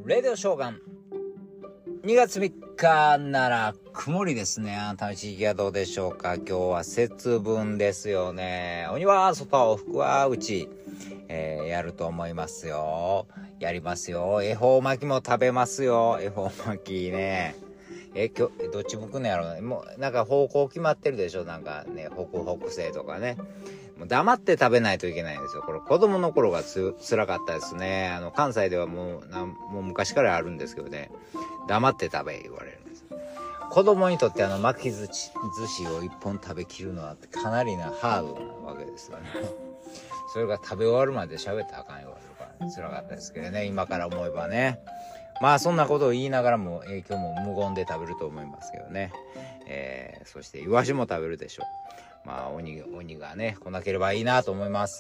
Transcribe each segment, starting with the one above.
レディオショーガン2月3日なら曇りですね。あなたの地域はどうでしょうか。今日は節分ですよね。鬼は外、福は内、やると思いますよ。やりますよ。恵方巻きも食べますよ。恵方巻きね。今日どっち向くんやろうね。もうなんか方向決まってるでしょ。なんかね、北西とかね。もう黙って食べないといけないんですよ。これ子供の頃が辛かったですね。関西ではもう昔からあるんですけどね。黙って食べ言われるんです。子供にとって巻き寿司を一本食べきるのはかなりなハードなわけですよね。それが食べ終わるまで喋ったらあかん言われるから、ね、辛かったですけどね。今から思えばね。まあそんなことを言いながらも、今日も無言で食べると思いますけどね。そしてイワシも食べるでしょう。まあ鬼がね来なければいいなと思います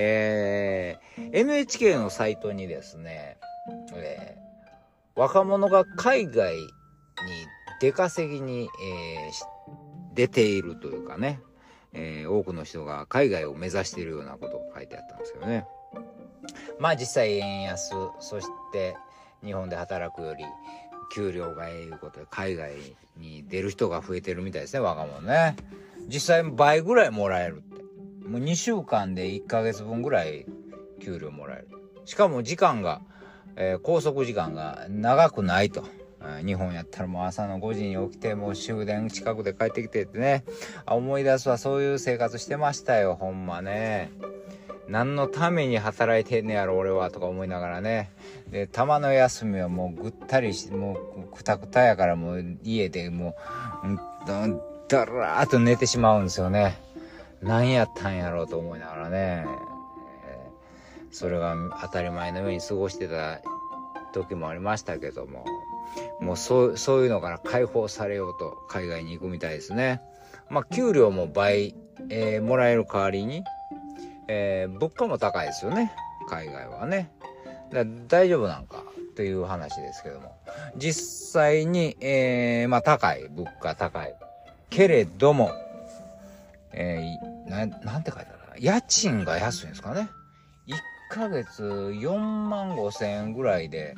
。NHK のサイトにですね、若者が海外に出稼ぎに、出ているというかね、多くの人が海外を目指しているようなことが書いてあったんですけどね。まあ実際円安、そして日本で働くより給料がいうことで海外に出る人が増えてるみたいですね。若者ね。実際倍ぐらいもらえるって。もう2週間で1ヶ月分ぐらい給料もらえる。しかも時間が、拘束時間が長くないと。日本やったらもう朝の5時に起きてもう終電近くで帰ってきてってね。思い出すわ。そういう生活してましたよ。ほんまね。何のために働いてんねやろ俺はとか思いながらね。でたまの休みはもうぐったりしてもうくたくたやからもう家でもうだらーっと寝てしまうんですよね。何やったんやろうと思いながらね、それが当たり前のように過ごしてた時もありましたけども、もうそういうのから解放されようと海外に行くみたいですね。まあ給料も倍、もらえる代わりに物価も高いですよね、海外はね。大丈夫なんかという話ですけども、実際に、まあ高い、物価高いけれども、なんて書いてあるかな、家賃が安いんですかね。1ヶ月4万5千円ぐらいで、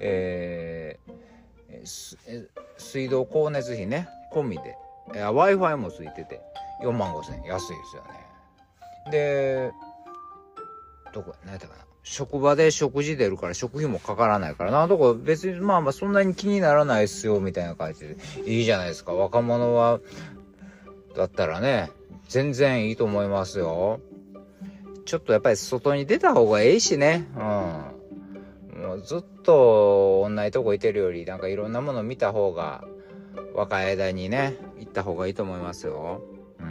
水道光熱費ね込みで、Wi-Fi もついてて4万5千円安いですよね。でどこ何やったかな、職場で食事出るから食費もかからないからなとこ別にまあそんなに気にならないっすよみたいな感じでいいじゃないですか。若者はだったらね全然いいと思いますよ。ちょっとやっぱり外に出た方がいいしね。もうずっと同じとこいてるよりなんかいろんなもの見た方が若い間にね行った方がいいと思いますよ。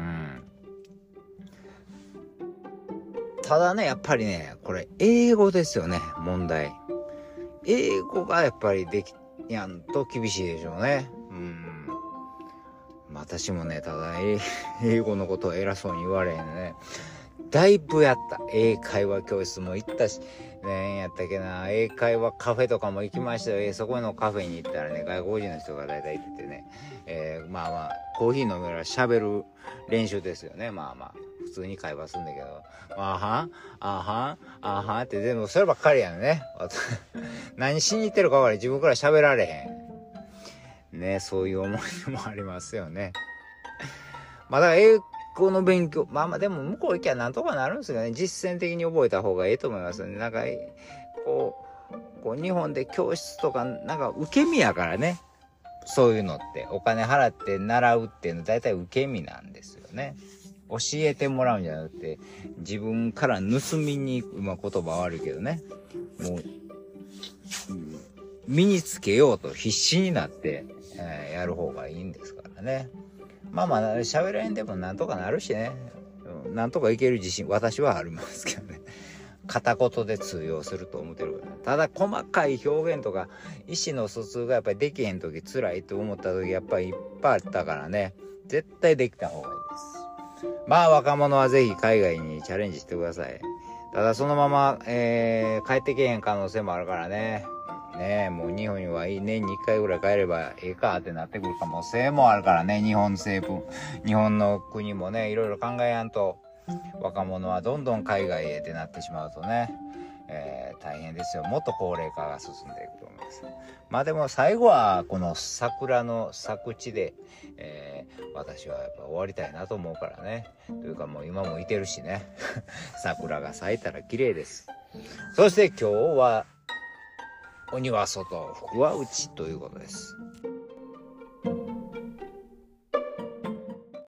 ただねやっぱりねこれ英語ですよね問題。英語がやっぱりできやんと厳しいでしょうね。私もねただ英語のことを偉そうに言われへんね。だいぶやった。英会話教室も行ったしね、やったっけな、英会話カフェとかも行きましたよ。そこのカフェに行ったらね外国人の人が大体いててね、まあコーヒー飲みながら喋る練習ですよね。まあ普通に会話するんだけど、あはんって全部そればっかりやね。何しに行ってるか分からん。自分から喋られへんね。そういう思い出もありますよね。まあだから英語の勉強まあでも向こう行きゃなんとかなるんですよね。実践的に覚えた方がいいと思いますよね。なんかこう日本で教室とかなんか受け身やからね。そういうのってお金払って習うっていうのは大体受け身なんですよね。教えてもらうんじゃなくて自分から盗みに行く、まあ言葉悪いけどね、もう身につけようと必死になって、やる方がいいんですからね。まあ喋らへんでもなんとかなるしね、なんとかいける自信私はありますけどね。片言で通用すると思ってるから、ね、ただ細かい表現とか意思の疎通がやっぱりできへん時辛いと思った時やっぱりいっぱいあったからね、絶対できた方がいいです。まあ若者はぜひ海外にチャレンジしてください。ただそのまま、帰ってけへん可能性もあるからね。もう日本には年に1回ぐらい帰ればええかってなってくる可能性もあるからね。日本の国もねいろいろ考えやんと。若者はどんどん海外へってなってしまうとね、 大変ですよ。もっと高齢化が進んでいくと思います。まあでも最後はこの桜の咲く地で、私はやっぱ終わりたいなと思うからね。というかもう今もいてるしね。桜が咲いたら綺麗です。そして今日は鬼は外、福は内ということです。